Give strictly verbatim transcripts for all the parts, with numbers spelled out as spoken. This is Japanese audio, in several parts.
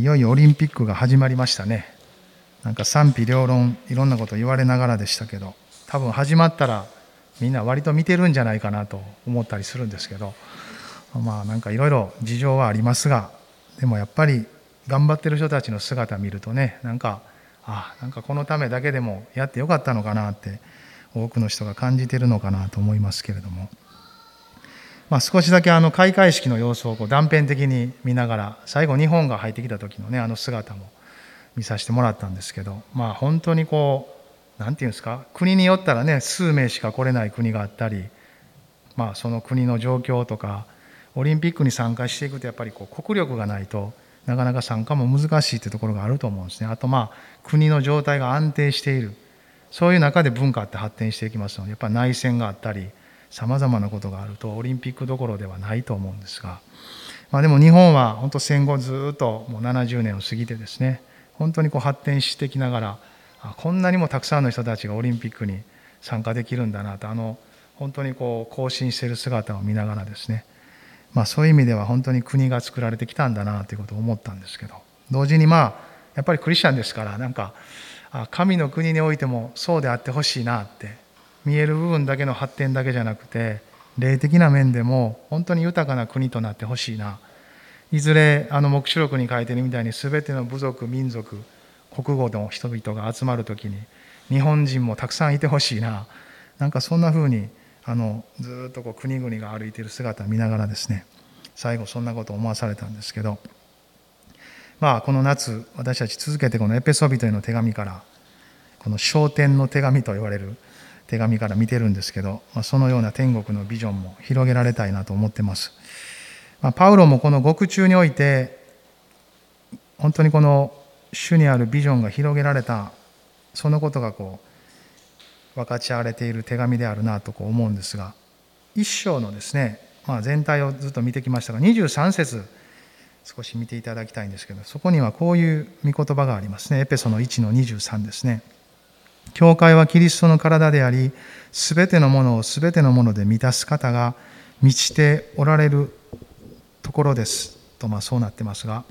いよいよオリンピックが始まりましたね。なんか賛否両論いろんなこと言われながらでしたけど、多分始まったらみんな割と見てるんじゃないかなと思ったりするんですけど、まあなんかいろいろ事情はありますが、でもやっぱり頑張ってる人たちの姿を見るとね、なんかあなんかこのためだけでもやってよかったのかなって多くの人が感じているのかなと思いますけれども、まあ、少しだけあの開会式の様子をこう断片的に見ながら、最後日本が入ってきた時のねあの姿も見させてもらったんですけど、まあ本当にこうなんていうんですか、国によったらね数名しか来れない国があったり、まあその国の状況とか、オリンピックに参加していくとやっぱりこう国力がないとなかなか参加も難しいというところがあると思うんですね。あとまあ国の状態が安定している、そういう中で文化って発展していきますので、やっぱり内戦があったりさまざまなことがあるとオリンピックどころではないと思うんですが、まあ、でも日本は本当戦後ずっともうななじゅうねんを過ぎてですね、本当にこう発展してきながら、あこんなにもたくさんの人たちがオリンピックに参加できるんだなと、あの本当にこう行進している姿を見ながらですね、まあ、そういう意味では本当に国が作られてきたんだなということを思ったんですけど、同時にまあやっぱりクリスチャンですから、なんか神の国においてもそうであってほしいなって、見える部分だけの発展だけじゃなくて霊的な面でも本当に豊かな国となってほしいな、いずれあの黙示録に書いてるみたいに全ての部族民族国語の人々が集まるときに日本人もたくさんいてほしいな、なんかそんなふうにあのずっとこう国々が歩いている姿を見ながらですね、最後そんなことを思わされたんですけど、まあこの夏私たち続けてこのエペソビトへの手紙から、この昇天の手紙と言われる手紙から見てるんですけど、まあ、そのような天国のビジョンも広げられたいなと思ってます。まあ、パウロもこの獄中において本当にこの主にあるビジョンが広げられた、そのことがこう分かち合われている手紙であるなとこう思うんですが、一章のですね、まあ、全体をずっと見てきましたがにじゅうさん節少し見ていただきたいんですけど、そこにはこういう御言葉がありますね。エペソのいちのにじゅうさんですね。教会はキリストの体であり、すべてのものをすべてのもので満たす方が満ちておられるところですと、まあそうなってますが、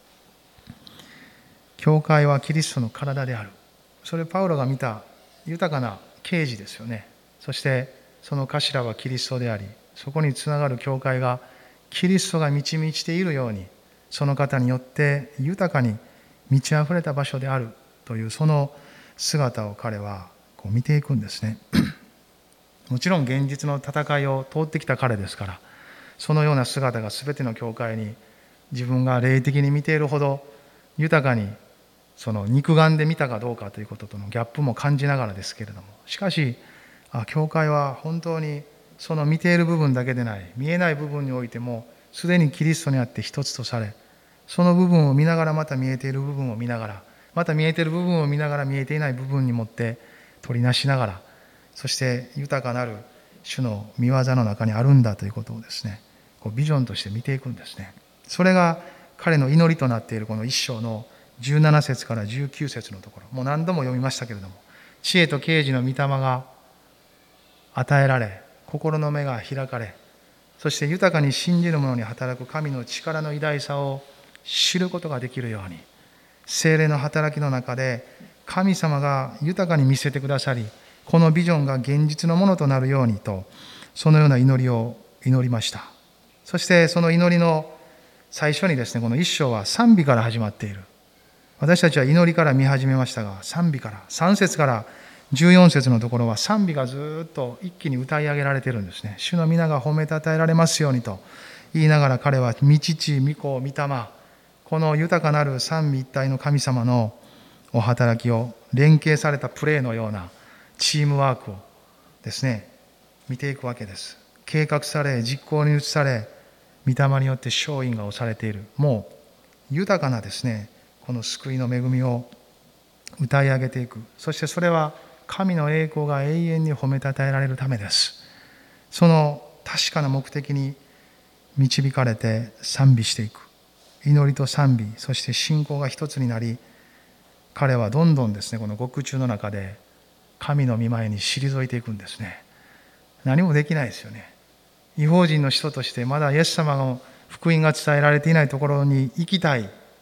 教会はキリストの体である、それパウロが見た豊かな啓示ですよね。そしてその頭はキリストであり、そこにつながる教会がキリストが満ち満ちているように、その方によって豊かに満ち溢れた場所であるという、その姿を彼はこう見ていくんですね。もちろん現実の戦いを通ってきた彼ですから、そのような姿が全ての教会に自分が霊的に見ているほど豊かに、その肉眼で見たかどうかということとのギャップも感じながらですけれども、しかしあ教会は本当にその見ている部分だけでない、見えない部分においてもすでにキリストにあって一つとされ、その部分を見ながらまた見えている部分を見ながら、また見えている部分を見ながら見えていない部分にもって取りなしながら、そして豊かなる主の御業の中にあるんだということをですね、こうビジョンとして見ていくんですね。それが彼の祈りとなっているこの一章のじゅうなな節からじゅうきゅう節のところ、もう何度も読みましたけれども、知恵と啓示の御霊が与えられ、心の目が開かれ、そして豊かに信じる者に働く神の力の偉大さを知ることができるように、聖霊の働きの中で神様が豊かに見せてくださり、このビジョンが現実のものとなるようにと、そのような祈りを祈りました。そしてその祈りの最初にですね、この一章は賛美から始まっている。私たちは祈りから見始めましたが、賛美から、さん節からじゅうよん節のところは賛美がずっと一気に歌い上げられているんですね。主の皆が褒めたたえられますようにと言いながら、彼は御父、御子、御霊、この豊かなる三位一体の神様のお働きを連携されたプレーのようなチームワークをですね、見ていくわけです。計画され、実行に移され、御霊によって勝因が押されている、もう豊かなですね、この救いの恵みを歌い上げていく。そしてそれは神の栄光が永遠に褒めたたえられるためです。その確かな目的に導かれて賛美していく。祈りと賛美、そして信仰が一つになり、彼はどんどんですね、この獄中の中で神の御前に退いていくんですね。何もできないですよね。異邦人の人としてまだイエス様の福音が伝えられていないところに行きたい。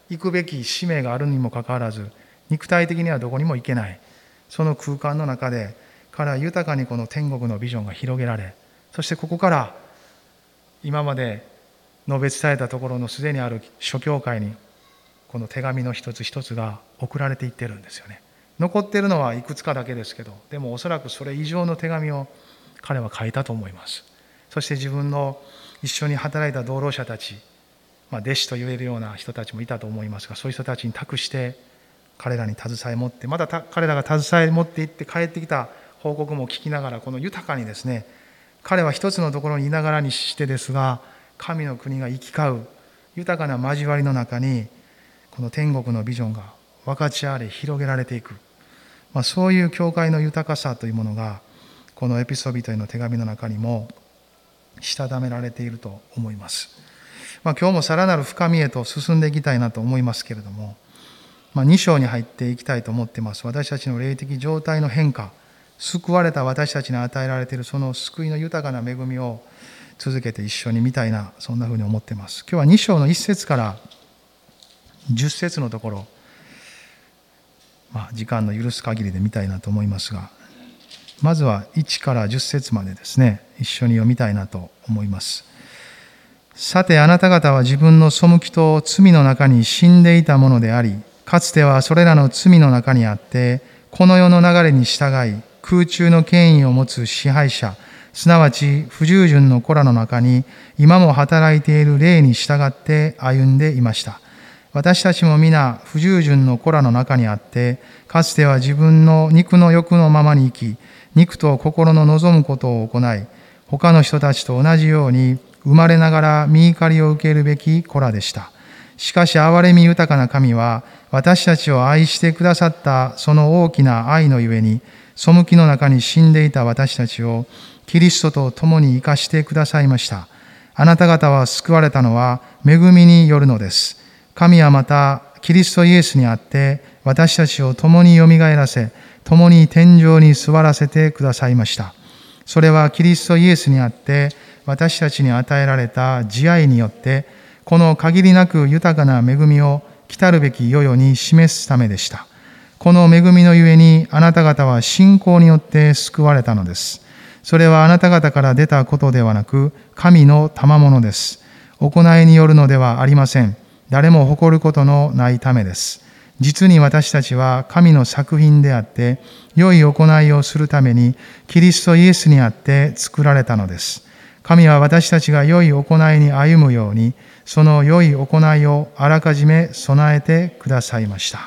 行くべき使命があるにもかかわらず、肉体的にはどこにも行けない、その空間の中で彼は豊かにこの天国のビジョンが広げられ、そしてここから今まで述べ伝えたところのすでにある諸教会にこの手紙の一つ一つが送られていってるんですよね。残っているのはいくつかだけですけど、でもおそらくそれ以上の手紙を彼は書いたと思います。そして自分の一緒に働いた同労者たち、まあ、弟子と言えるような人たちもいたと思いますが、そういう人たちに託して彼らに携え持って、また彼らが携え持っていって帰ってきた報告も聞きながら、この豊かにですね、彼は一つのところにいながらにしてですが、神の国が行き交う豊かな交わりの中にこの天国のビジョンが分かち合われ広げられていく、まあ、そういう教会の豊かさというものがこのエピソビトへの手紙の中にもしたためられていると思います。まあ、今日もさらなる深みへと進んでいきたいなと思いますけれども、まあ、に章に入っていきたいと思っています。私たちの霊的状態の変化、救われた私たちに与えられているその救いの豊かな恵みを続けて一緒に見たいな、そんなふうに思っています。今日はに章のいっ節からじゅっ節のところ、まあ、時間の許す限りで見たいなと思いますが、まずはいちからじゅっ節までですね、一緒に読みたいなと思います。さてあなた方は自分の背きと罪の中に死んでいたものであり、かつてはそれらの罪の中にあって、この世の流れに従い、空中の権威を持つ支配者、すなわち不従順の子らの中に、今も働いている霊に従って歩んでいました。私たちも皆不従順の子らの中にあって、かつては自分の肉の欲のままに生き、肉と心の望むことを行い、他の人たちと同じように、生まれながら御怒りを受けるべき子らでした。しかし憐れみ豊かな神は、私たちを愛してくださったその大きな愛のゆえに、背きの中に死んでいた私たちをキリストと共に生かしてくださいました。あなた方は救われたのは恵みによるのです。神はまたキリストイエスにあって私たちを共によみがえらせ、共に天上に座らせてくださいました。それはキリストイエスにあって私たちに与えられた慈愛によって、この限りなく豊かな恵みを来たるべき世々に示すためでした。この恵みのゆえにあなた方は信仰によって救われたのです。それはあなた方から出たことではなく、神の賜物です。行いによるのではありません。誰も誇ることのないためです。実に私たちは神の作品であって、良い行いをするためにキリストイエスにあって作られたのです。神は私たちが良い行いに歩むように、その良い行いをあらかじめ備えてくださいました。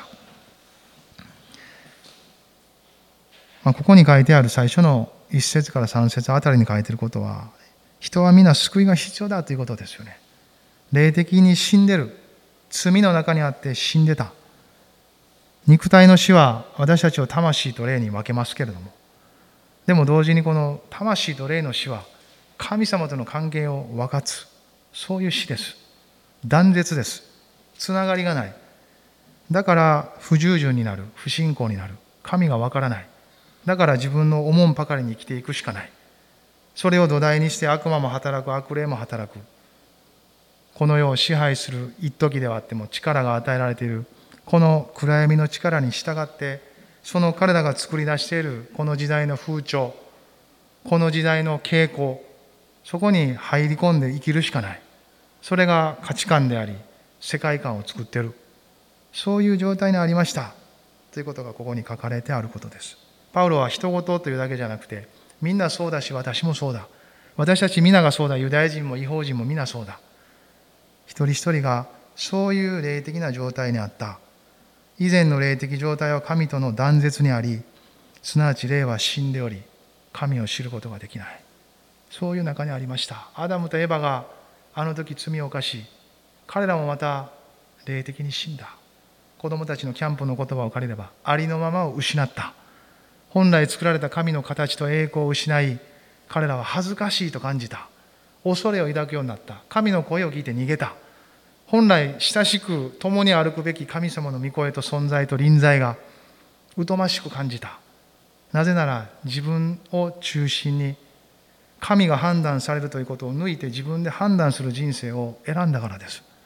まあ、ここに書いてある最初のいっ節からさん節あたりに書いていることは、人は皆救いが必要だということですよね。霊的に死んでる。罪の中にあって死んでた。肉体の死は私たちを魂と霊に分けますけれども、でも同時にこの魂と霊の死は神様との関係を分かつ、そういう死です。断絶です。つながりがない。だから不従順になる、不信仰になる。神が分からない。だから自分の思うばかりに生きていくしかない。それを土台にして悪魔も働く、悪霊も働く。この世を支配する一時ではあっても力が与えられているこの暗闇の力に従って、その彼らが作り出しているこの時代の風潮、この時代の傾向、そこに入り込んで生きるしかない。それが価値観であり、世界観を作っている。そういう状態にありましたということがここに書かれてあることです。パウロは人事というだけじゃなくて、みんなそうだし私もそうだ。私たち皆がそうだ。ユダヤ人も異邦人も皆そうだ。一人一人がそういう霊的な状態にあった。以前の霊的状態は神との断絶にあり、すなわち霊は死んでおり、神を知ることができない。そういう中にありました。アダムとエバがあの時罪を犯し、彼らもまた霊的に死んだ。子供たちのキャンプの言葉を借りれば、ありのままを失った。本来作られた神の形と栄光を失い、彼らは恥ずかしいと感じた。恐れを抱くようになった。神の声を聞いて逃げた。本来親しく共に歩くべき神様の御声と存在と臨在が疎ましく感じた。なぜなら自分を中心に神が判断されるということを抜いて自分で判断する人生を選んだからです。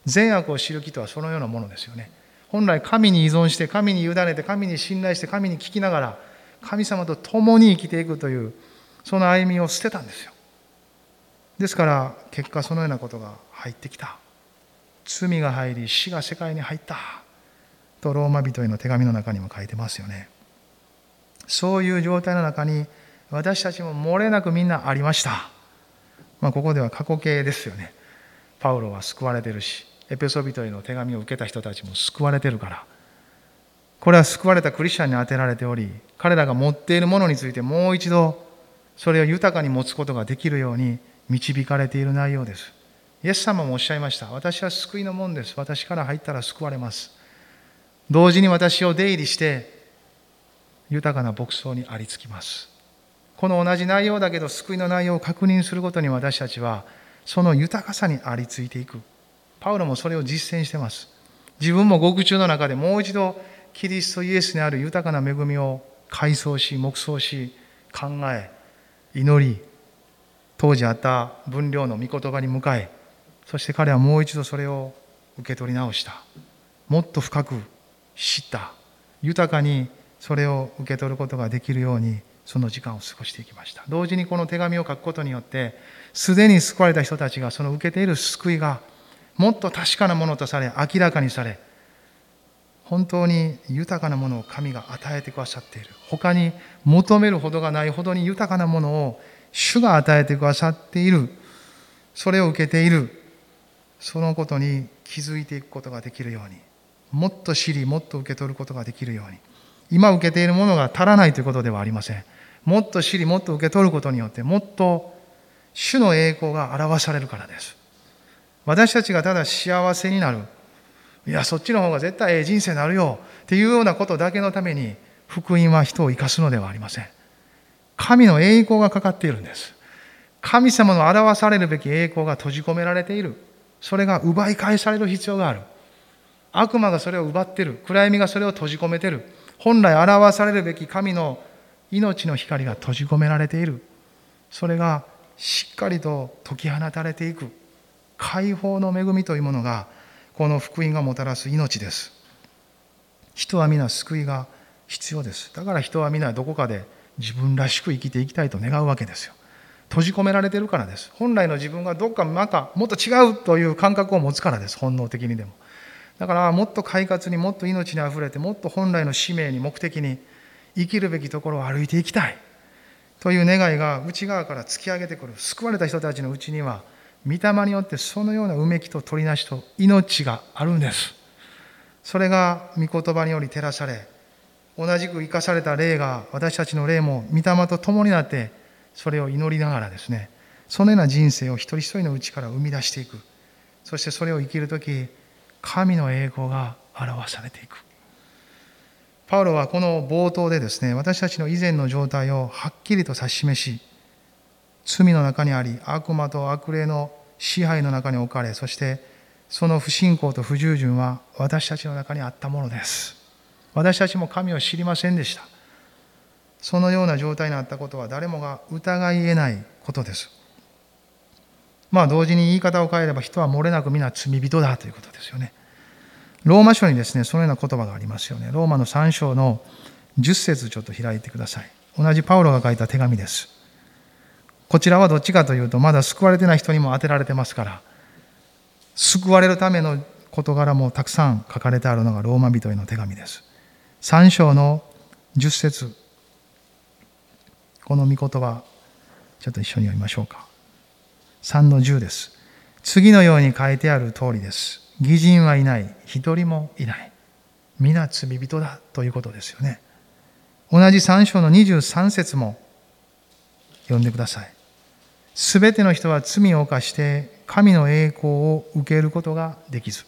善悪を知る木とはそのようなものですよね。本来神に依存して、神に委ねて、神に信頼して、神に聞きながら、神様と共に生きていくという、その歩みを捨てたんですよ。ですから、結果そのようなことが入ってきた。罪が入り、死が世界に入った。と、ローマ人への手紙の中にも書いてますよね。そういう状態の中に、私たちも漏れなくみんなありました。まあ、ここでは過去形ですよね。パウロは救われてるし、エペソ人への手紙を受けた人たちも救われてるから。これは救われたクリスチャンに当てられており、彼らが持っているものについてもう一度、それを豊かに持つことができるように導かれている内容です。イエス様もおっしゃいました。私は救いの門です。私から入ったら救われます。同時に私を出入りして、豊かな牧草にありつきます。この同じ内容だけど救いの内容を確認することに私たちはその豊かさにありついていく。パウロもそれを実践しています。自分も獄中の中でもう一度キリストイエスにある豊かな恵みを回想し、黙想し、考え、祈り、当時あった分量の御言葉に向かい、そして彼はもう一度それを受け取り直した。もっと深く知った。豊かにそれを受け取ることができるようにその時間を過ごしていきました。同時にこの手紙を書くことによって、すでに救われた人たちがその受けている救いがもっと確かなものとされ、明らかにされ、本当に豊かなものを神が与えてくださっている。他に求めるほどがないほどに豊かなものを主が与えてくださっている。それを受けている。そのことに気づいていくことができるように、もっと知り、もっと受け取ることができるように。今受けているものが足らないということではありません。もっと知り、もっと受け取ることによって、もっと主の栄光が表されるからです。私たちがただ幸せになる。いや、そっちの方が絶対ええ人生になるよっていうようなことだけのために、福音は人を生かすのではありません。神の栄光がかかっているんです。神様の表されるべき栄光が閉じ込められている。それが奪い返される必要がある。悪魔がそれを奪っている。暗闇がそれを閉じ込めている。本来表されるべき神の命の光が閉じ込められている。それがしっかりと解き放たれていく。解放の恵みというものが、この福音がもたらす命です。人は皆救いが必要です。だから人は皆どこかで自分らしく生きていきたいと願うわけですよ。閉じ込められているからです。本来の自分がどっかまたもっと違うという感覚を持つからです。本能的にでも。だからもっと快活に、もっと命にあふれて、もっと本来の使命に、目的に生きるべきところを歩いていきたいという願いが内側から突き上げてくる。救われた人たちのうちには、御霊によってそのようなうめきと取りなしと命があるんです。それが御言葉により照らされ、同じく生かされた霊が、私たちの霊も御霊と共になって、それを祈りながらですね、そのような人生を一人一人のうちから生み出していく。そしてそれを生きるとき、神の栄光が表されていく。パウロはこの冒頭でですね、私たちの以前の状態をはっきりと指し示し、罪の中にあり、悪魔と悪霊の支配の中に置かれ、そしてその不信仰と不従順は私たちの中にあったものです。私たちも神を知りませんでした。そのような状態にあったことは誰もが疑い得ないことです。まあ同時に言い方を変えれば、人は漏れなく皆罪人だということですよね。ローマ書にですね、そのような言葉がありますよね。ローマのさん章のじゅっ節ちょっと開いてください。同じパウロが書いた手紙です。こちらはどっちかというと、まだ救われてない人にも当てられてますから、救われるための事柄もたくさん書かれてあるのがローマ人への手紙です。さん章のじゅっ節、この御言葉、ちょっと一緒に読みましょうか。さんのじゅうです。次のように書いてある通りです。義人はいない、一人もいない。皆罪人だということですよね。同じさん章のにじゅうさん節も読んでください。すべての人は罪を犯して神の栄光を受けることができず。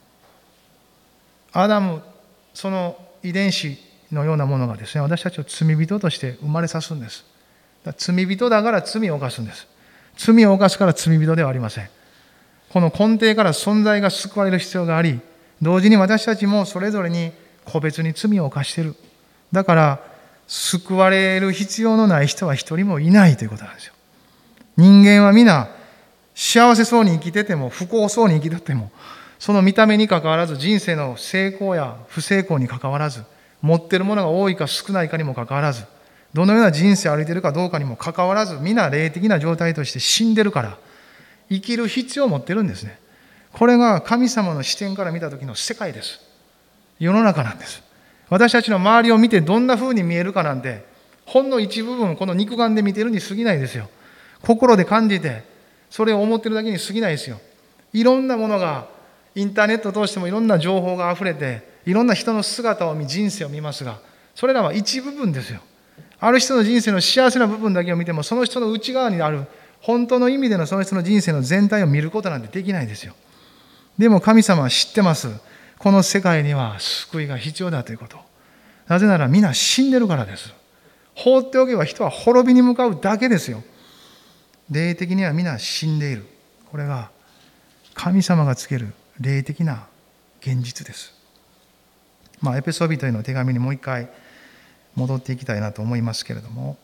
アダム、その遺伝子のようなものがですね、私たちを罪人として生まれさすんです。だから罪人だから罪を犯すんです。罪を犯すから罪人ではありません。この根底から存在が救われる必要があり、同時に私たちもそれぞれに個別に罪を犯している。だから救われる必要のない人は一人もいないということなんですよ。人間は皆幸せそうに生きてても不幸そうに生きてても、 その見た目にかかわらず、人生の成功や不成功にかかわらず、持っているものが多いか少ないかにもかかわらず、どのような人生を歩いているかどうかにもかかわらず、皆霊的な状態として死んでるから、生きる必要を持ってるんですね。これが神様の視点から見た時の世界です。世の中なんです。私たちの周りを見てどんな風に見えるかなんて、ほんの一部分、この肉眼で見てるに過ぎないですよ。心で感じて、それを思ってるだけに過ぎないですよ。いろんなものが、インターネットを通してもいろんな情報があふれて、いろんな人の姿を見、人生を見ますが、それらは一部分ですよ。ある人の人生の幸せな部分だけを見ても、その人の内側にある、本当の意味でのその人の人生の全体を見ることなんてできないですよ。でも神様は知ってます。この世界には救いが必要だということ。なぜなら皆死んでるからです。放っておけば人は滅びに向かうだけですよ。霊的には皆死んでいる。これが神様がつける霊的な現実です。まあ、エペソビトへの手紙にもう一回戻っていきたいなと思いますけれども、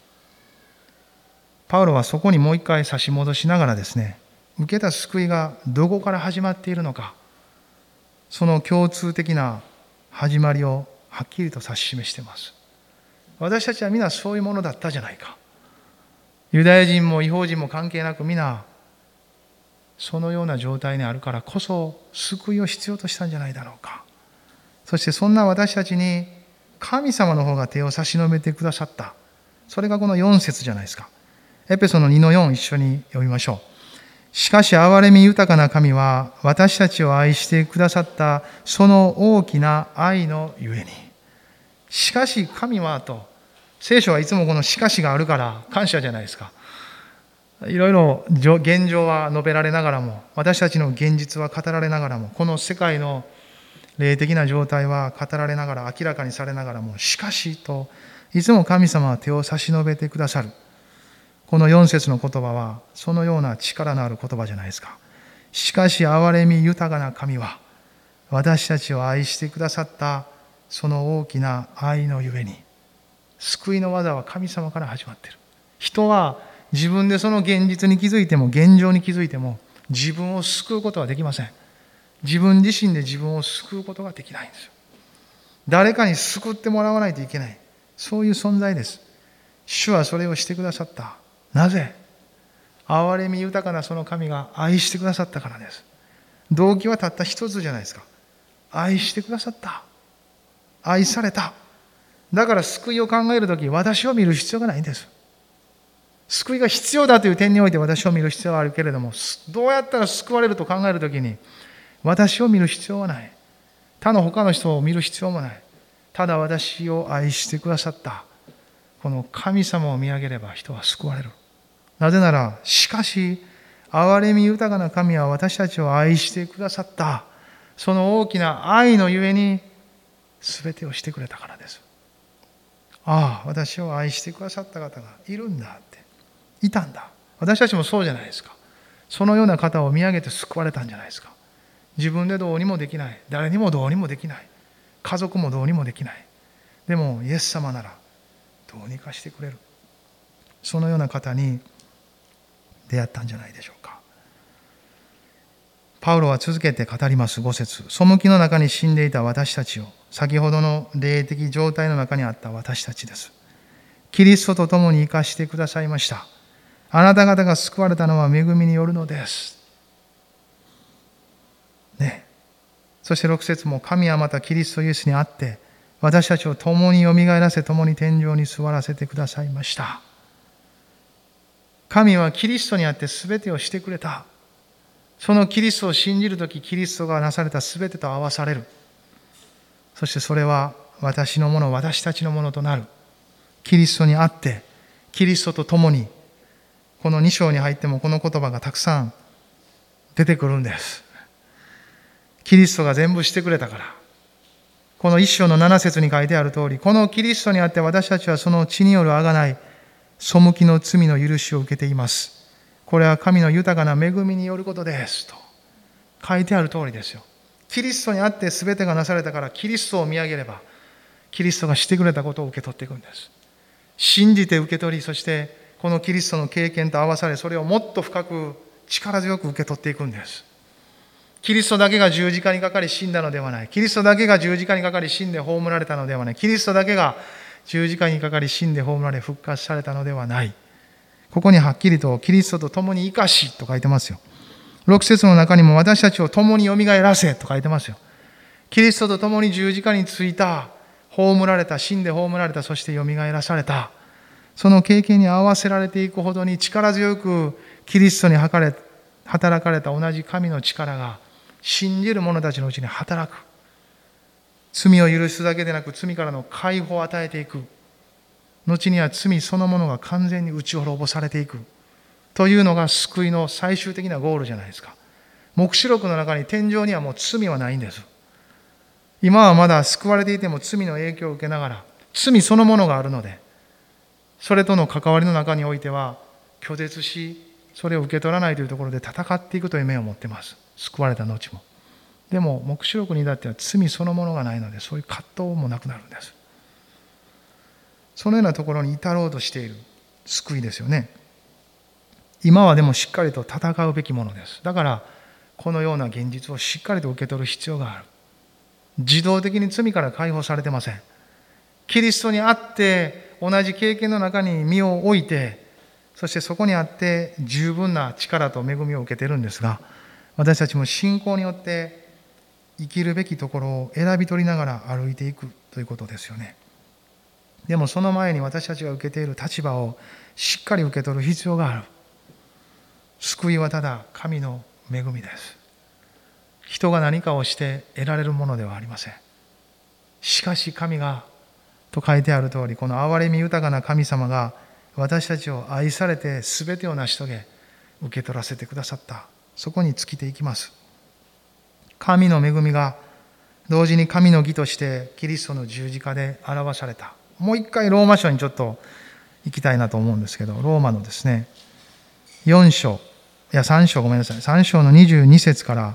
パウロはそこにもう一回差し戻しながらですね、受けた救いがどこから始まっているのか、その共通的な始まりをはっきりと指し示しています。私たちは皆そういうものだったじゃないか。ユダヤ人も異邦人も関係なく皆そのような状態にあるからこそ救いを必要としたんじゃないだろうか。そしてそんな私たちに神様の方が手を差し伸べてくださった。それがこのよん節じゃないですか。エペソのにのよん一緒に読みましょう。しかし憐れみ豊かな神は私たちを愛してくださったその大きな愛のゆえに。しかし神はと、聖書はいつもこのしかしがあるから感謝じゃないですか。いろいろ現状は述べられながらも、私たちの現実は語られながらも、この世界の霊的な状態は語られながら、明らかにされながらも、しかしといつも神様は手を差し伸べてくださる。このよん節の言葉はそのような力のある言葉じゃないですか。しかし憐れみ豊かな神は私たちを愛してくださったその大きな愛のゆえに。救いの技は神様から始まっている。人は自分でその現実に気づいても、現状に気づいても自分を救うことはできません。自分自身で自分を救うことができないんですよ。誰かに救ってもらわないといけない、そういう存在です。主はそれをしてくださった。なぜ？憐れみ豊かなその神が愛してくださったからです。動機はたった一つじゃないですか。愛してくださった。愛された。だから救いを考えるとき、私を見る必要がないんです。救いが必要だという点において私を見る必要はあるけれども、どうやったら救われると考えるときに、私を見る必要はない。他の他の人を見る必要もない。ただ私を愛してくださったこの神様を見上げれば人は救われる。なぜなら、しかし憐れみ豊かな神は私たちを愛してくださった。その大きな愛のゆえに全てをしてくれたからです。ああ、私を愛してくださった方がいるんだって、いたんだ。私たちもそうじゃないですか。そのような方を見上げて救われたんじゃないですか。自分でどうにもできない。誰にもどうにもできない。家族もどうにもできない。でもイエス様ならどうにかしてくれる。そのような方に出会ったんじゃないでしょうか。パウロは続けて語りますご節。背きの中に死んでいた私たちを、先ほどの霊的状態の中にあった私たちです。キリストと共に生かしてくださいました。あなた方が救われたのは恵みによるのです。ね。そしてろく節も、神はまたキリストイエスにあって、私たちを共によみがえらせ、共に天井に座らせてくださいました。神はキリストにあって全てをしてくれた。そのキリストを信じるとき、キリストがなされた全てと合わされる。そしてそれは私のもの、私たちのものとなる。キリストにあって、キリストと共に、このに章に入ってもこの言葉がたくさん出てくるんです。キリストが全部してくれたから。このいっ章のなな節に書いてある通り、このキリストにあって私たちはその血による贖い、背きの罪の許しを受けています。これは神の豊かな恵みによることですと書いてある通りですよ。キリストにあって全てがなされたから、キリストを見上げればキリストがしてくれたことを受け取っていくんです。信じて受け取り、そしてこのキリストの経験と合わされ、それをもっと深く力強く受け取っていくんです。 キリストだけが十字架にかかり死んだのではない。キリストだけが十字架にかかり死んで葬られたのではない。キリストだけが十字架にかかり死んで葬られ復活されたのではない。ここにはっきりとキリストと共に生かしと書いてますよ。六節の中にも私たちを共によみがえらせと書いてますよ。キリストと共に十字架についた、葬られた、死んで葬られた、そしてよみがえらされた。その経験に合わせられていくほどに力強くキリストに働かれた同じ神の力が信じる者たちのうちに働く。罪を許すだけでなく罪からの解放を与えていく。後には罪そのものが完全に打ち滅ぼされていく。というのが救いの最終的なゴールじゃないですか。黙示録の中に天井にはもう罪はないんです。今はまだ救われていても罪の影響を受けながら、罪そのものがあるので、それとの関わりの中においては拒絶し、それを受け取らないというところで戦っていくという面を持っています。救われた後も。でも黙示録に至っては罪そのものがないので、そういう葛藤もなくなるんです。そのようなところに至ろうとしている救いですよね。今はでもしっかりと戦うべきものです。だからこのような現実をしっかりと受け取る必要がある。自動的に罪から解放されてません。キリストにあって同じ経験の中に身を置いて、そしてそこにあって十分な力と恵みを受けているんですが、私たちも信仰によって生きるべきところを選び取りながら歩いていくということですよね。でもその前に私たちが受けている立場をしっかり受け取る必要がある。救いはただ神の恵みです。人が何かをして得られるものではありません。しかし神がと書いてある通り、この憐れみ豊かな神様が私たちを愛されて全てを成し遂げ受け取らせてくださった。そこに尽きていきます。神の恵みが同時に神の義としてキリストの十字架で表された。もう一回ローマ書にちょっと行きたいなと思うんですけど、ローマのですねよん章、いやさん章ごめんなさい、さん章のにじゅうに節から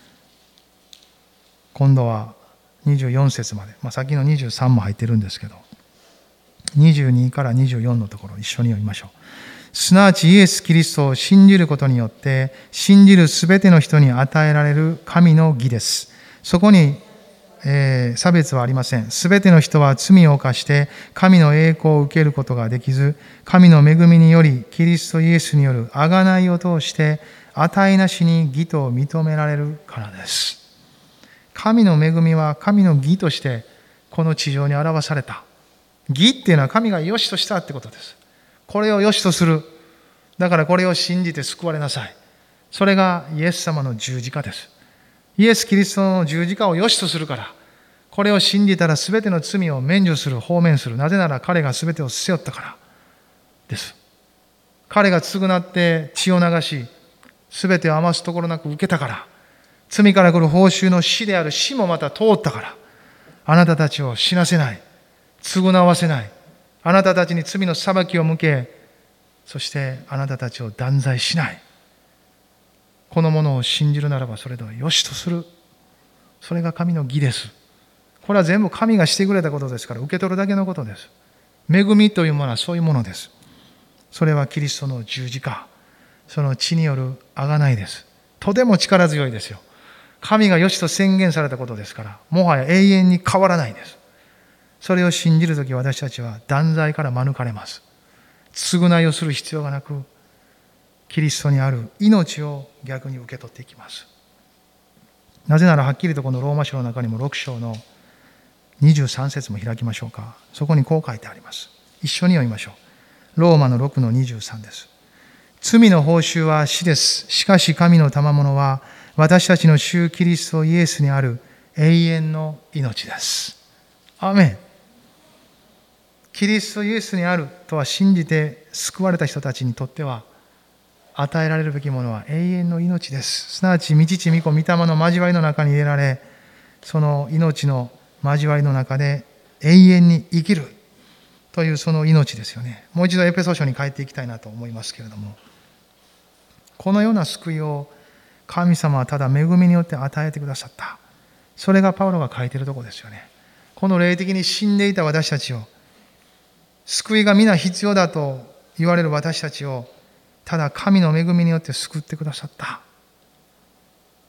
今度はにじゅうよん節まで、まあ、先のにじゅうさんも入ってるんですけど、にじゅうにからにじゅうよんのところ一緒に読みましょう。すなわちイエス・キリストを信じることによって信じるすべての人に与えられる神の義です。そこに、えー、差別はありません。すべての人は罪を犯して神の栄光を受けることができず、神の恵みによりキリストイエスによる贖いを通して値なしに義と認められるからです。神の恵みは神の義としてこの地上に表された。義っていうのは神が良しとしたってことです。これを良しとする。だからこれを信じて救われなさい。それがイエス様の十字架です。イエス・キリストの十字架を良しとするから、これを信じたら全ての罪を免除する、放免する。なぜなら彼が全てを背負ったからです。彼が償って血を流し、全てを余すところなく受けたから、罪から来る報酬の死である死もまた通ったから、あなたたちを死なせない、償わせない、あなたたちに罪の裁きを向け、そしてあなたたちを断罪しない。このものを信じるならばそれではよしとする。それが神の義です。これは全部神がしてくれたことですから、受け取るだけのことです。恵みというものはそういうものです。それはキリストの十字架、その血による贖いです。とても力強いですよ。神がよしと宣言されたことですから、もはや永遠に変わらないです。それを信じるとき私たちは断罪から免れます。償いをする必要がなく、キリストにある命を逆に受け取っていきます。なぜならはっきりとこのローマ書の中にもろく章のにじゅうさん節も開きましょうか。そこにこう書いてあります。一緒に読みましょう。ローマのろくのにじゅうさんです。罪の報酬は死です。しかし神の賜物は私たちの主キリストイエスにある永遠の命です。アーメン。キリストイエスにあるとは信じて救われた人たちにとっては、与えられるべきものは永遠の命です。すなわち御父御子御霊の交わりの中に入れられ、その命の交わりの中で永遠に生きるというその命ですよね。もう一度エペソ書に帰っていきたいなと思いますけれども、このような救いを神様はただ恵みによって与えてくださった。それがパウロが書いているところですよね。この霊的に死んでいた私たちを、救いが皆必要だと言われる私たちを、ただ神の恵みによって救ってくださった。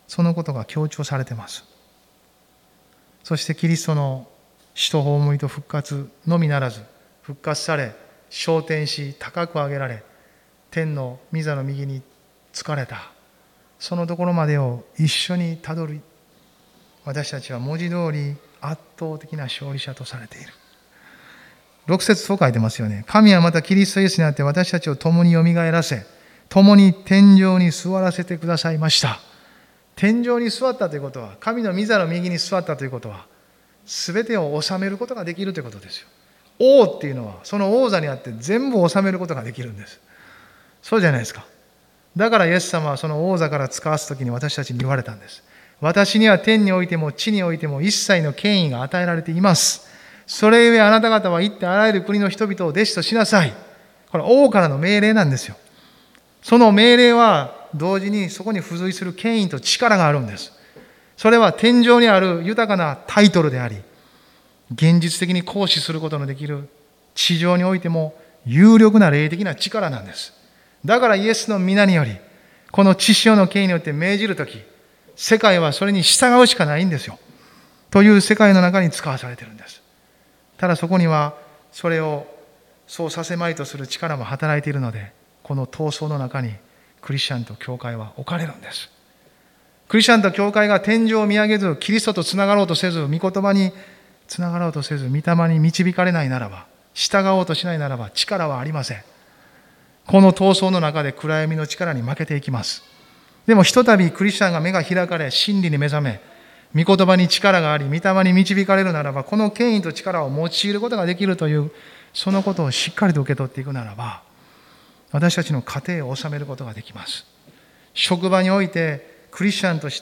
そのことが強調されています。そしてキリストの死と葬りと復活のみならず、復活され、昇天し、高く上げられ、天の御座の右につかれた、そのところまでを一緒にたどり、私たちは文字通り圧倒的な勝利者とされている。ろく節そう書いてますよね。神はまたキリストイエスにあって私たちを共によみがえらせ、共に天上に座らせてくださいました。天上に座ったということは、神の御座の右に座ったということは、すべてを治めることができるということですよ。王っていうのは、その王座にあって全部治めることができるんです。そうじゃないですか。だからイエス様はその王座から使わすときに私たちに言われたんです。私には天においても地においても一切の権威が与えられています。それゆえあなた方は行ってあらゆる国の人々を弟子としなさい。これ王からの命令なんですよ。その命令は同時にそこに付随する権威と力があるんです。それは天上にある豊かなタイトルであり、現実的に行使することのできる地上においても有力な霊的な力なんです。だからイエスの皆により、この地上の権威によって命じるとき、世界はそれに従うしかないんですよ。という世界の中に使わされているんです。ただそこにはそれをそうさせまいとする力も働いているので、この闘争の中にクリスチャンと教会は置かれるんです。クリスチャンと教会が天井を見上げず、キリストとつながろうとせず、御言葉につながろうとせず、御霊に導かれないならば、従おうとしないならば力はありません。この闘争の中で暗闇の力に負けていきます。でもひとたびクリスチャンが目が開かれ、真理に目覚め、御言葉に力があり、御霊に導かれるならば、この権威と力を用いることができるという、そのことをしっかりと受け取っていくならば、私たちの家庭を治めることができます。職場において、クリスチャンとして、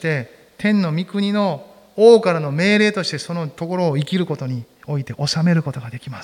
天の御国の王からの命令として、そのところを生きることにおいて治めることができます。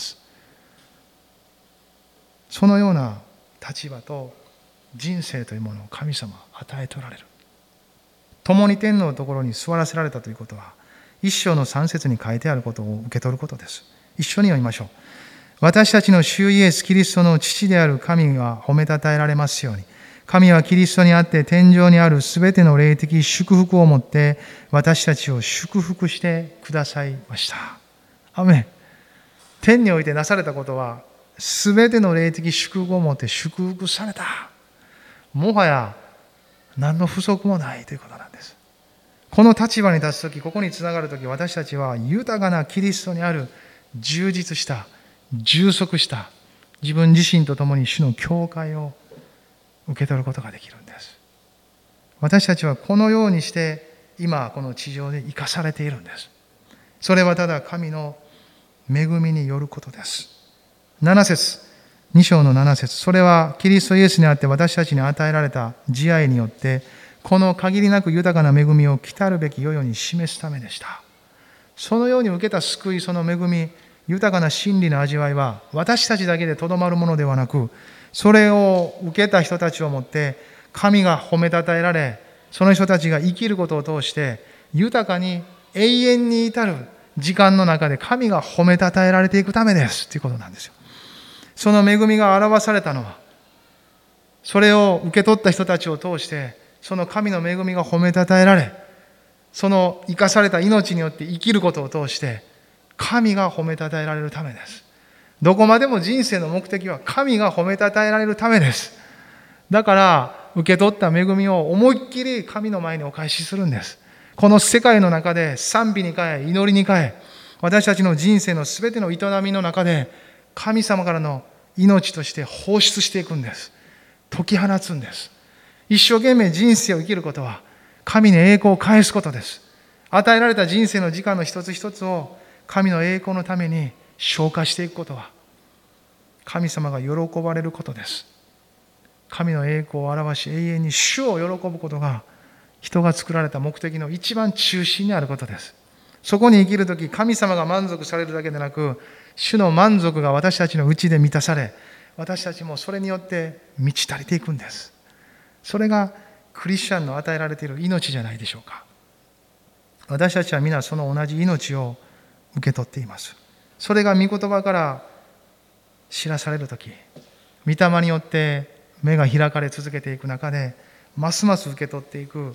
そのような立場と人生というものを神様は与えておられる。共に天のところに座らせられたということは、一章の三節に書いてあることを受け取ることです。一緒に読みましょう。私たちの主イエス・キリストの父である神が褒めたたえられますように、神はキリストにあって天上にあるすべての霊的祝福をもって私たちを祝福してくださいました。アメン。天においてなされたことは、すべての霊的祝福をもって祝福された。もはや何の不足もないということなんです。この立場に立つとき、ここにつながるとき、私たちは豊かなキリストにある充実した、充足した自分自身と共に主の教会を受け取ることができるんです。私たちはこのようにして今この地上で生かされているんです。それはただ神の恵みによることです。なな節、に章のなな節、それはキリストイエスにあって私たちに与えられた慈愛によってこの限りなく豊かな恵みを来たるべき世々に示すためでした。そのように受けた救い、その恵み、豊かな真理の味わいは私たちだけでとどまるものではなく、それを受けた人たちをもって神が褒めたたえられ、その人たちが生きることを通して豊かに永遠に至る時間の中で神が褒めたたえられていくためですということなんですよ。その恵みが表されたのは、それを受け取った人たちを通してその神の恵みが褒めたたえられ、その生かされた命によって生きることを通して神が褒めたたえられるためです。どこまでも人生の目的は神が褒めたたえられるためです。だから受け取った恵みを思いっきり神の前にお返しするんです。この世界の中で賛美に変え、祈りに変え、私たちの人生のすべての営みの中で神様からの命として放出していくんです。解き放つんです。一生懸命人生を生きることは神に栄光を返すことです。与えられた人生の時間の一つ一つを神の栄光のために消化していくことは神様が喜ばれることです。神の栄光を表し永遠に主を喜ぶことが人が作られた目的の一番中心にあることです。そこに生きるとき、神様が満足されるだけでなく、主の満足が私たちのうちで満たされ、私たちもそれによって満ち足りていくんです。それがクリスチャンの与えられている命じゃないでしょうか。私たちは皆その同じ命を受け取っています。それが御言葉から知らされるとき、御霊によって目が開かれ続けていく中で、ますます受け取っていく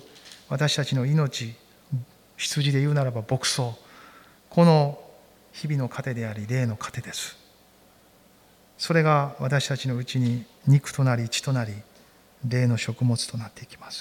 私たちの命、羊で言うならば牧草、この日々の糧であり霊の糧です。それが私たちのうちに肉となり血となり霊の食物となっていきます。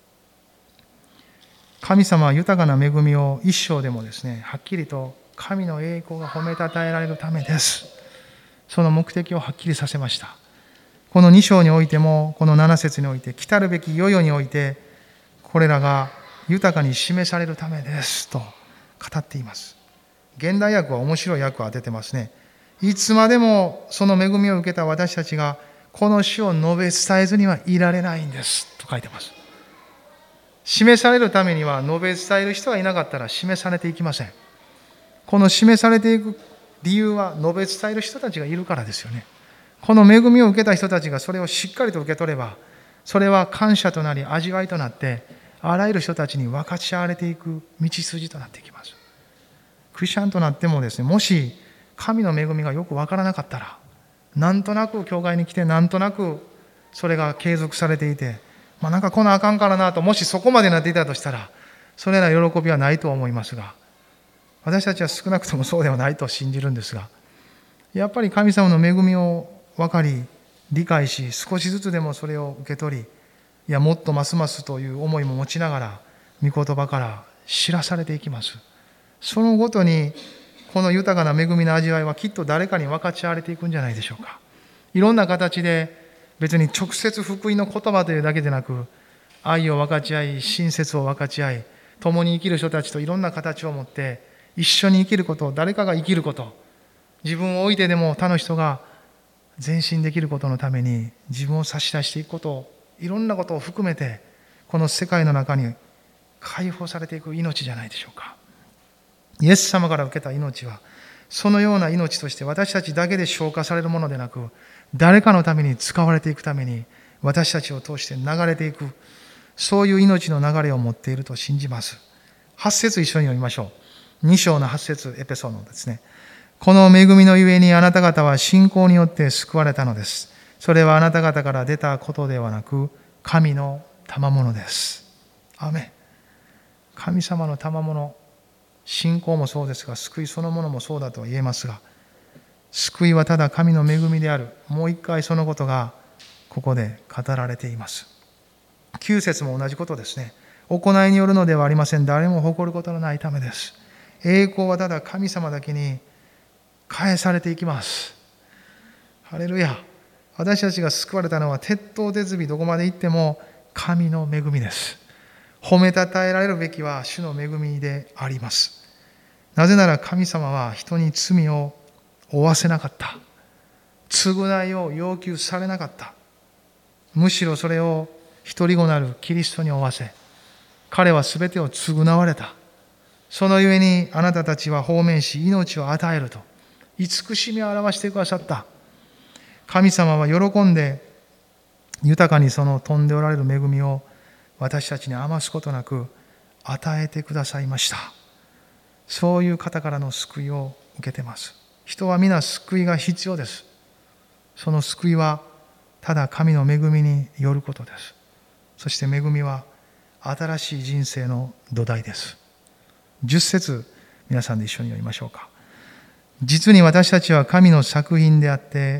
神様は豊かな恵みを一生でもですね、はっきりと神の栄光が褒めたたえられるためです。その目的をはっきりさせました。このに章においても、このなな節において、来たるべき世々において、これらが豊かに示されるためですと語っています。現代訳は面白い訳を当ててますね。いつまでもその恵みを受けた私たちがこの死を述べ伝えずにはいられないんですと書いてます。示されるためには述べ伝える人がいなかったら示されていきません。この示されていく理由は述べ伝える人たちがいるからですよね。この恵みを受けた人たちがそれをしっかりと受け取れば、それは感謝となり味わいとなって、あらゆる人たちに分かち合われていく道筋となっていきます。クリスチャンとなってもですね、もし神の恵みがよく分からなかったら、なんとなく教会に来て、なんとなくそれが継続されていて、まあ、なんか来なあかんからなと、もしそこまでなっていたとしたら、それら喜びはないと思いますが、私たちは少なくともそうではないと信じるんですが、やっぱり神様の恵みを分かり、理解し、少しずつでもそれを受け取り、いや、もっとますますという思いも持ちながら、御言葉から知らされていきます。そのごとに、この豊かな恵みの味わいはきっと誰かに分かち合われていくんじゃないでしょうか。いろんな形で、別に直接福音の言葉というだけでなく、愛を分かち合い、親切を分かち合い、共に生きる人たちといろんな形を持って、一緒に生きること、誰かが生きること、自分を置いてでも他の人が前進できることのために自分を差し出していくこと、いろんなことを含めて、この世界の中に解放されていく命じゃないでしょうか。イエス様から受けた命は、そのような命として私たちだけで消化されるものでなく、誰かのために使われていくために、私たちを通して流れていく、そういう命の流れを持っていると信じます。はち節一緒に読みましょう。に章のはち節エペソのですね。この恵みのゆえにあなた方は信仰によって救われたのです。それはあなた方から出たことではなく、神の賜物です。アメン。神様の賜物、信仰もそうですが、救いそのものもそうだとは言えますが、救いはただ神の恵みである。もう一回そのことがここで語られています。きゅう節も同じことですね。行いによるのではありません。誰も誇ることのないためです。栄光はただ神様だけに返されていきます。ハレルヤ。私たちが救われたのは鉄頭鉄尾どこまで行っても神の恵みです。褒めたたえられるべきは主の恵みであります。なぜなら神様は人に罪を負わせなかった。償いを要求されなかった。むしろそれを一人子なるキリストに負わせ、彼はすべてを償われた。そのゆえにあなたたちは放免し命を与えると慈しみを表してくださった。神様は喜んで豊かにその富んでおられる恵みを私たちに余すことなく与えてくださいました。そういう方からの救いを受けています。人は皆救いが必要です。その救いはただ神の恵みによることです。そして恵みは新しい人生の土台です。じゅっ節皆さんで一緒に読みましょうか。実に私たちは神の作品であって、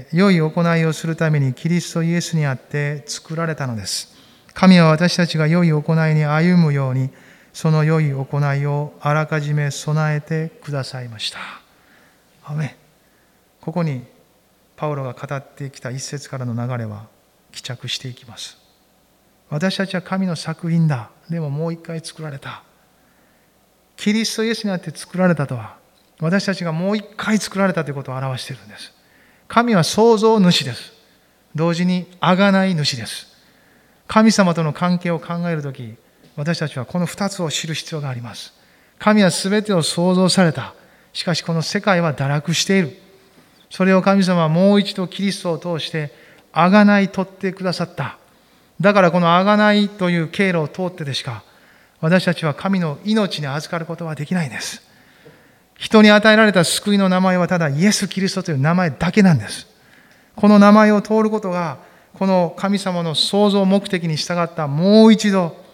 良い行いをするためにキリストイエスにあって作られたのです。神は私たちが良い行いに歩むように、その良い行いをあらかじめ備えてくださいました。アメン。ここにパウロが語ってきた一節からの流れは帰着していきます。私たちは神の作品だ。でももう一回作られた。キリストイエスにあって作られたとは、私たちがもう一回作られたということを表しているんです。神は創造主です。同時に贖い主です。神様との関係を考えるとき、私たちはこの二つを知る必要があります。神はすべてを創造された。しかしこの世界は堕落している。それを神様はもう一度キリストを通して贖い取ってくださった。だからこの贖いという経路を通ってでしか、私たちは神の命に預かることはできないんです。人に与えられた救いの名前はただイエス・キリストという名前だけなんです。この名前を通ることが、この神様の創造目的に従ったもう一度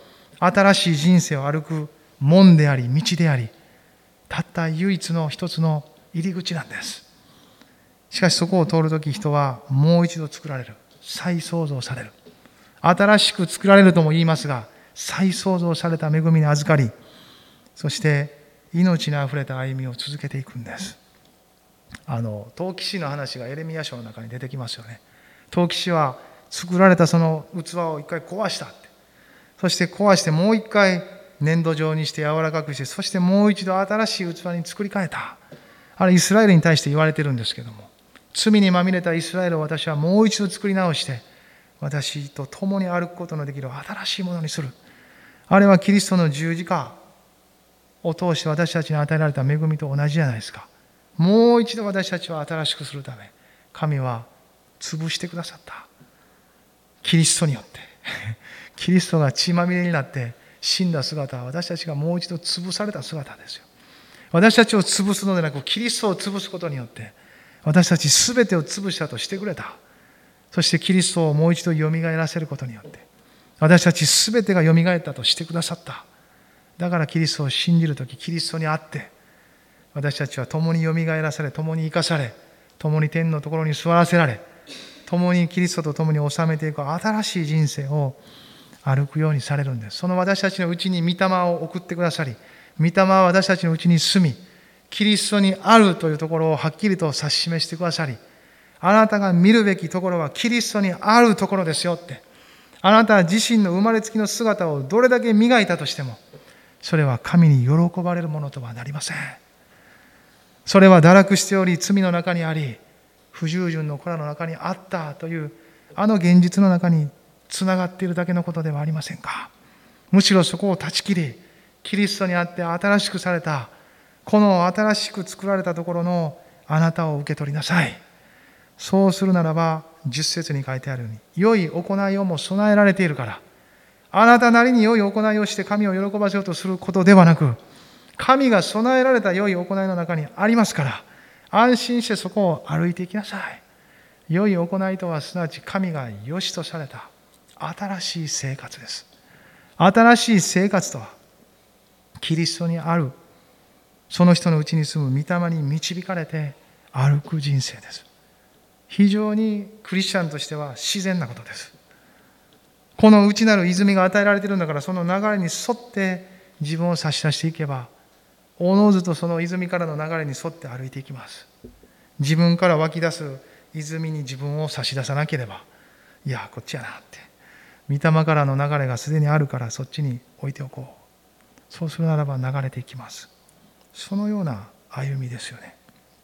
新しい人生を歩く門であり、道であり、たった唯一の一つの入り口なんです。しかしそこを通るとき、人はもう一度作られる。再創造される。新しく作られるとも言いますが、再創造された恵みに預かり、そして命にあふれた歩みを続けていくんです。あの陶器師の話がエレミヤ書の中に出てきますよね。陶器師は作られたその器を一回壊したって、そして壊してもう一回粘土状にして柔らかくして、そしてもう一度新しい器に作り変えた。あれイスラエルに対して言われてるんですけども、罪にまみれたイスラエルを私はもう一度作り直して、私と共に歩くことのできる新しいものにする。あれはキリストの十字架を通して私たちに与えられた恵みと同じじゃないですか。もう一度私たちを新しくするため、神は潰してくださった。キリストによってキリストが血まみれになって死んだ姿は、私たちがもう一度潰された姿ですよ。私たちを潰すのでなく、キリストを潰すことによって私たちすべてを潰したとしてくれた。そしてキリストをもう一度よみがえらせることによって、私たちすべてがよみがえったとしてくださった。だからキリストを信じるとき、キリストにあって私たちは共によみがえらされ、共に生かされ、共に天のところに座らせられ、共にキリストと共に治めていく新しい人生を歩くようにされるんです。その私たちのうちに御霊を送ってくださり、御霊は私たちのうちに住み、キリストにあるというところをはっきりと指し示してくださり、あなたが見るべきところはキリストにあるところですよって。あなた自身の生まれつきの姿をどれだけ磨いたとしても、それは神に喜ばれるものとはなりません。それは堕落しており、罪の中にあり、不従順の子らの中にあったというあの現実の中につながっているだけのことではありませんか。むしろそこを断ち切り、キリストにあって新しくされた、この新しく作られたところのあなたを受け取りなさい。そうするならば、十節に書いてあるように、良い行いをも備えられているから、あなたなりに良い行いをして神を喜ばせようとすることではなく、神が備えられた良い行いの中にありますから、安心してそこを歩いていきなさい。良い行いとは、すなわち神が良しとされた新しい生活です。新しい生活とは、キリストにある、その人のうちに住む御霊に導かれて歩く人生です。非常にクリスチャンとしては自然なことです。この内なる泉が与えられているんだから、その流れに沿って自分を差し出していけば、おのずとその泉からの流れに沿って歩いていきます。自分から湧き出す泉に自分を差し出さなければ、いやこっちやなって、御霊からの流れがすでにあるからそっちに置いておこう。そうするならば流れていきます。そのような歩みですよね。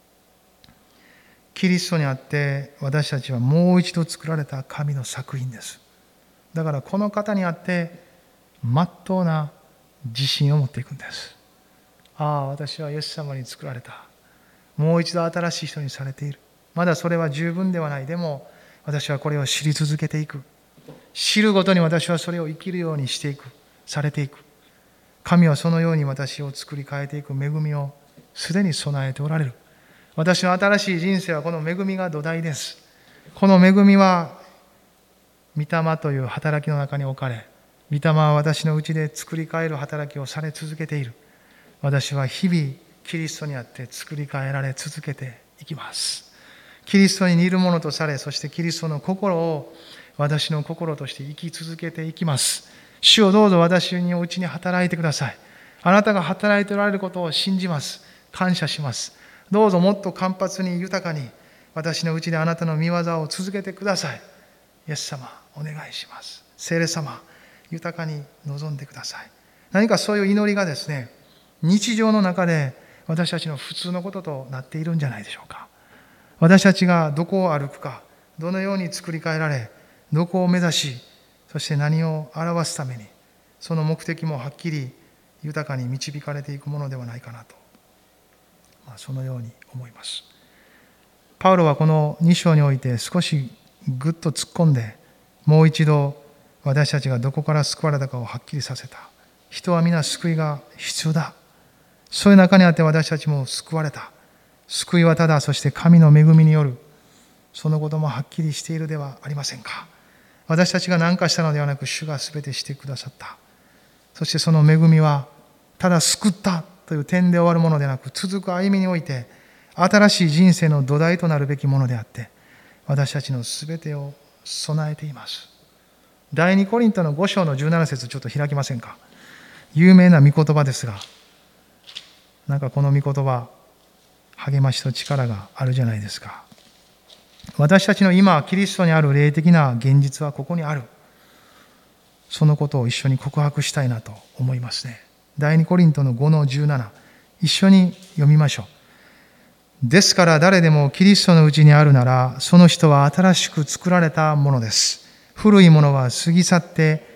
キリストにあって私たちはもう一度作られた神の作品です。だからこの方にあって真っ当な自信を持っていくんです。ああ、私はイエス様に作られた。もう一度新しい人にされている。まだそれは十分ではない。でも私はこれを知り続けていく。知るごとに私はそれを生きるようにしていく。されていく。神はそのように私を作り変えていく恵みをすでに備えておられる。私の新しい人生はこの恵みが土台です。この恵みは御霊という働きの中に置かれ、御霊は私のうちで作り変える働きをされ続けている。私は日々キリストにあって作り変えられ続けていきます。キリストに似るものとされ、そしてキリストの心を私の心として生き続けていきます。主をどうぞ私のうちに働いてください。あなたが働いておられることを信じます。感謝します。どうぞもっと活発に豊かに私のうちであなたの御業を続けてください。イエス様、お願いします。聖霊様、豊かに臨んでください。何かそういう祈りがですね、日常の中で私たちの普通のこととなっているんじゃないでしょうか。私たちがどこを歩くか、どのように作り変えられ、どこを目指し、そして何を表すために、その目的もはっきり豊かに導かれていくものではないかなと、まあ、そのように思います。パウロはこのに章において少しぐっと突っ込んで、もう一度私たちがどこから救われたかをはっきりさせた。人は皆救いが必要だ。そういう中にあって私たちも救われた。救いはただ、そして神の恵みによる。そのこともはっきりしているではありませんか。私たちが何かしたのではなく、主が全てしてくださった。 そしてその恵みはただ救ったという点で終わるものでなく、続く歩みにおいて新しい人生の土台となるべきものであって、私たちのすべてを備えています。第二コリントのご章のじゅうなな節ちょっと開きませんか。有名な御言葉ですが、なんかこの御言葉、励ましと力があるじゃないですか。私たちの今、キリストにある霊的な現実はここにある。そのことを一緒に告白したいなと思いますね。第二コリントのごのじゅうなな、一緒に読みましょう。ですから誰でもキリストのうちにあるなら、その人は新しく作られたものです。古いものは過ぎ去って、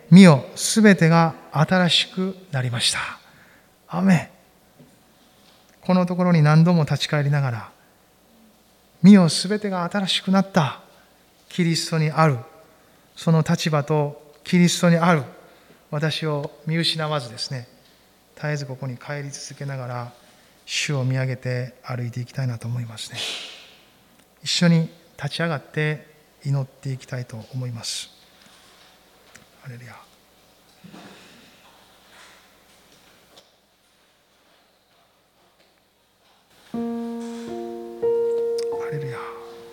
見よ、すべてが新しくなりました。アメン。このところに何度も立ち返りながら、見よ、すべてが新しくなった。キリストにある。その立場とキリストにある。私を見失わずですね、絶えずここに帰り続けながら、主を見上げて歩いていきたいなと思いますね。一緒に立ち上がって祈っていきたいと思います。ハレルヤ。ハレルヤ。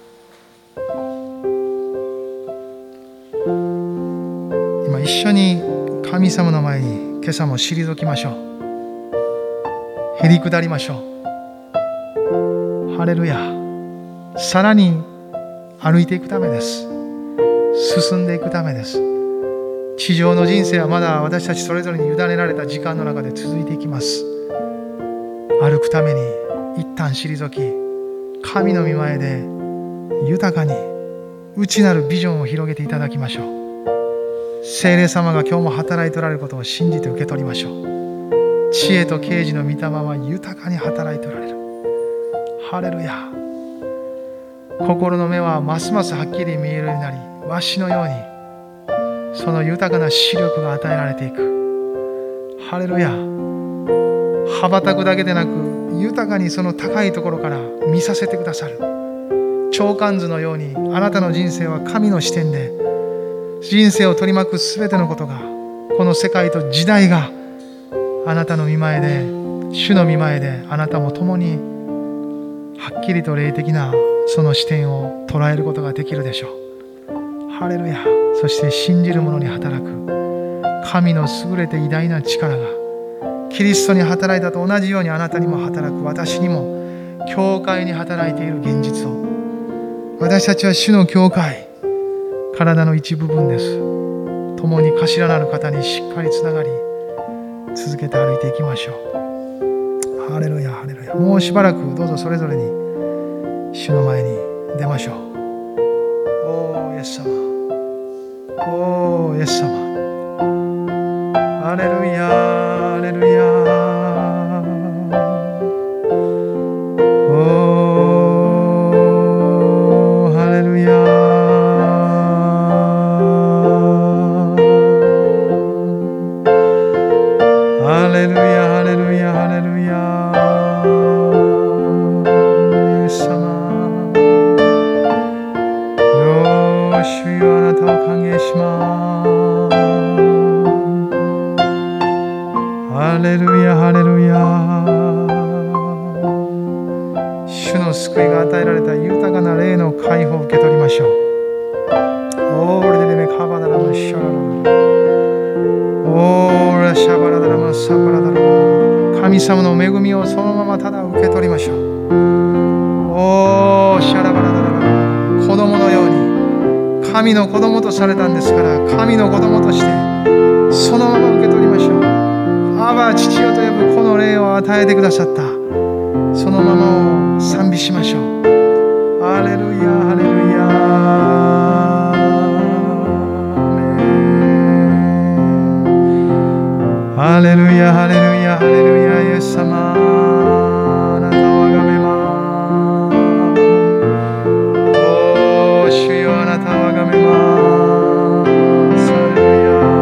今一緒に神様の前に今朝も退きましょう。へり下りましょう。ハレルヤ。さらに歩いていくためです。進んでいくためです。地上の人生はまだ私たちそれぞれに委ねられた時間の中で続いていきます。歩くために一旦退き、神の御前で豊かに内なるビジョンを広げていただきましょう。聖霊様が今日も働いておられることを信じて受け取りましょう。知恵と啓示の御霊は豊かに働いておられる。ハレルヤ。心の目はますますはっきり見えるようになり、わしのようにその豊かな視力が与えられていく。ハレルヤ。羽ばたくだけでなく、豊かにその高いところから見させてくださる。鳥観図のように、あなたの人生は神の視点で、人生を取り巻くすべてのことが、この世界と時代があなたの御前で、主の御前で、あなたも共にはっきりと霊的なその視点を捉えることができるでしょう。ハレルヤ。そして信じる者に働く神の優れて偉大な力がキリストに働いたと同じようにあなたにも働く、私にも教会に働いている現実を、私たちは主の教会、体の一部分です。共に頭なる方にしっかりつながり、続けて歩いていきましょう。ハレルヤ、ハレルヤ。もうしばらくどうぞそれぞれに主の前に出ましょう。おーイエス様、おーイエス様。ハレルヤ、ハレルヤ。おーハレルヤ。ハレルヤ、ハレルヤ、ハレルヤ。イエス様、よー主よ、あなたを歓迎します。ハレルヤ、ハレルヤ。主の救いが与えられた豊かな霊の解放を受け取りましょう。オーレデレメカバダラマシャラララ、オーラシャバラダラマサバラダララ。神様の恵みをそのままただ受け取りましょう。おーシャラバラダララ。子供のように神の子供とされたんですから、神の子供としてそのまま受け取りましょう。アバ父よと呼ぶこの霊を与えてくださった、そのままを賛美しましょう。ハレルヤ、ハレルヤ。ハレルヤ、ハレルヤ、ハレルヤ。イエス様、あなたをあがめます。おー主よ、あなたをあがめます。ハレルヤ、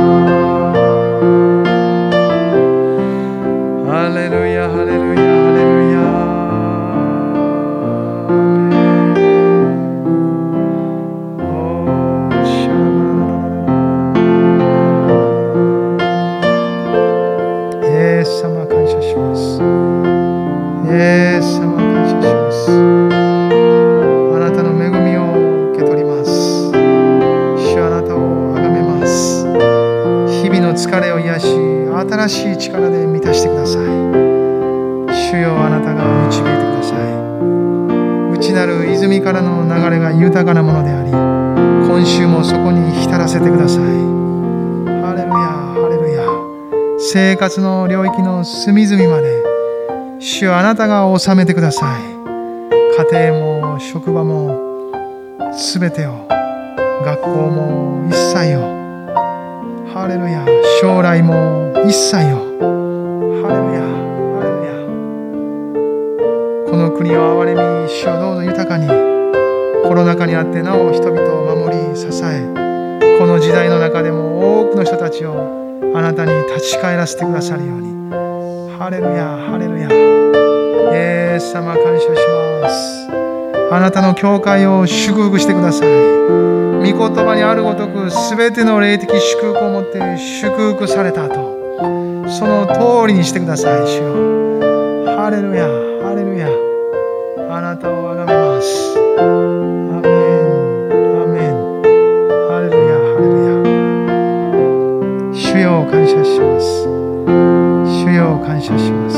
ハレルヤ、ハレルヤ、ハレルヤ。 新しい力で満たしてください。主よ、あなたが導いてください。内なる泉からの流れが豊かなものであり、今週もそこに浸らせてください。ハレルヤ、ハレルヤ。生活の領域の隅々まで主よ、あなたが治めてください。家庭も職場もすべてを、学校も一切を、ハレルヤ。将来も一切を、ハレルヤ、ハレルヤ。この国を憐れみ、主をどうぞ豊かに、コロナ禍にあってなお人々を守り支え、この時代の中でも多くの人たちをあなたに立ち返らせてくださるように。ハレルヤ、ハレルヤ。イエス様、感謝します。あなたの教会を祝福してください。御言葉にあるごとくすべての霊的祝福をもって祝福された後、その通りにしてください。主よ、ハレルヤ、ハレルヤ。あなたをあがめます。アメン、アメン。ハレルヤ、ハレルヤ。主よ、感謝します。主よ、感謝します。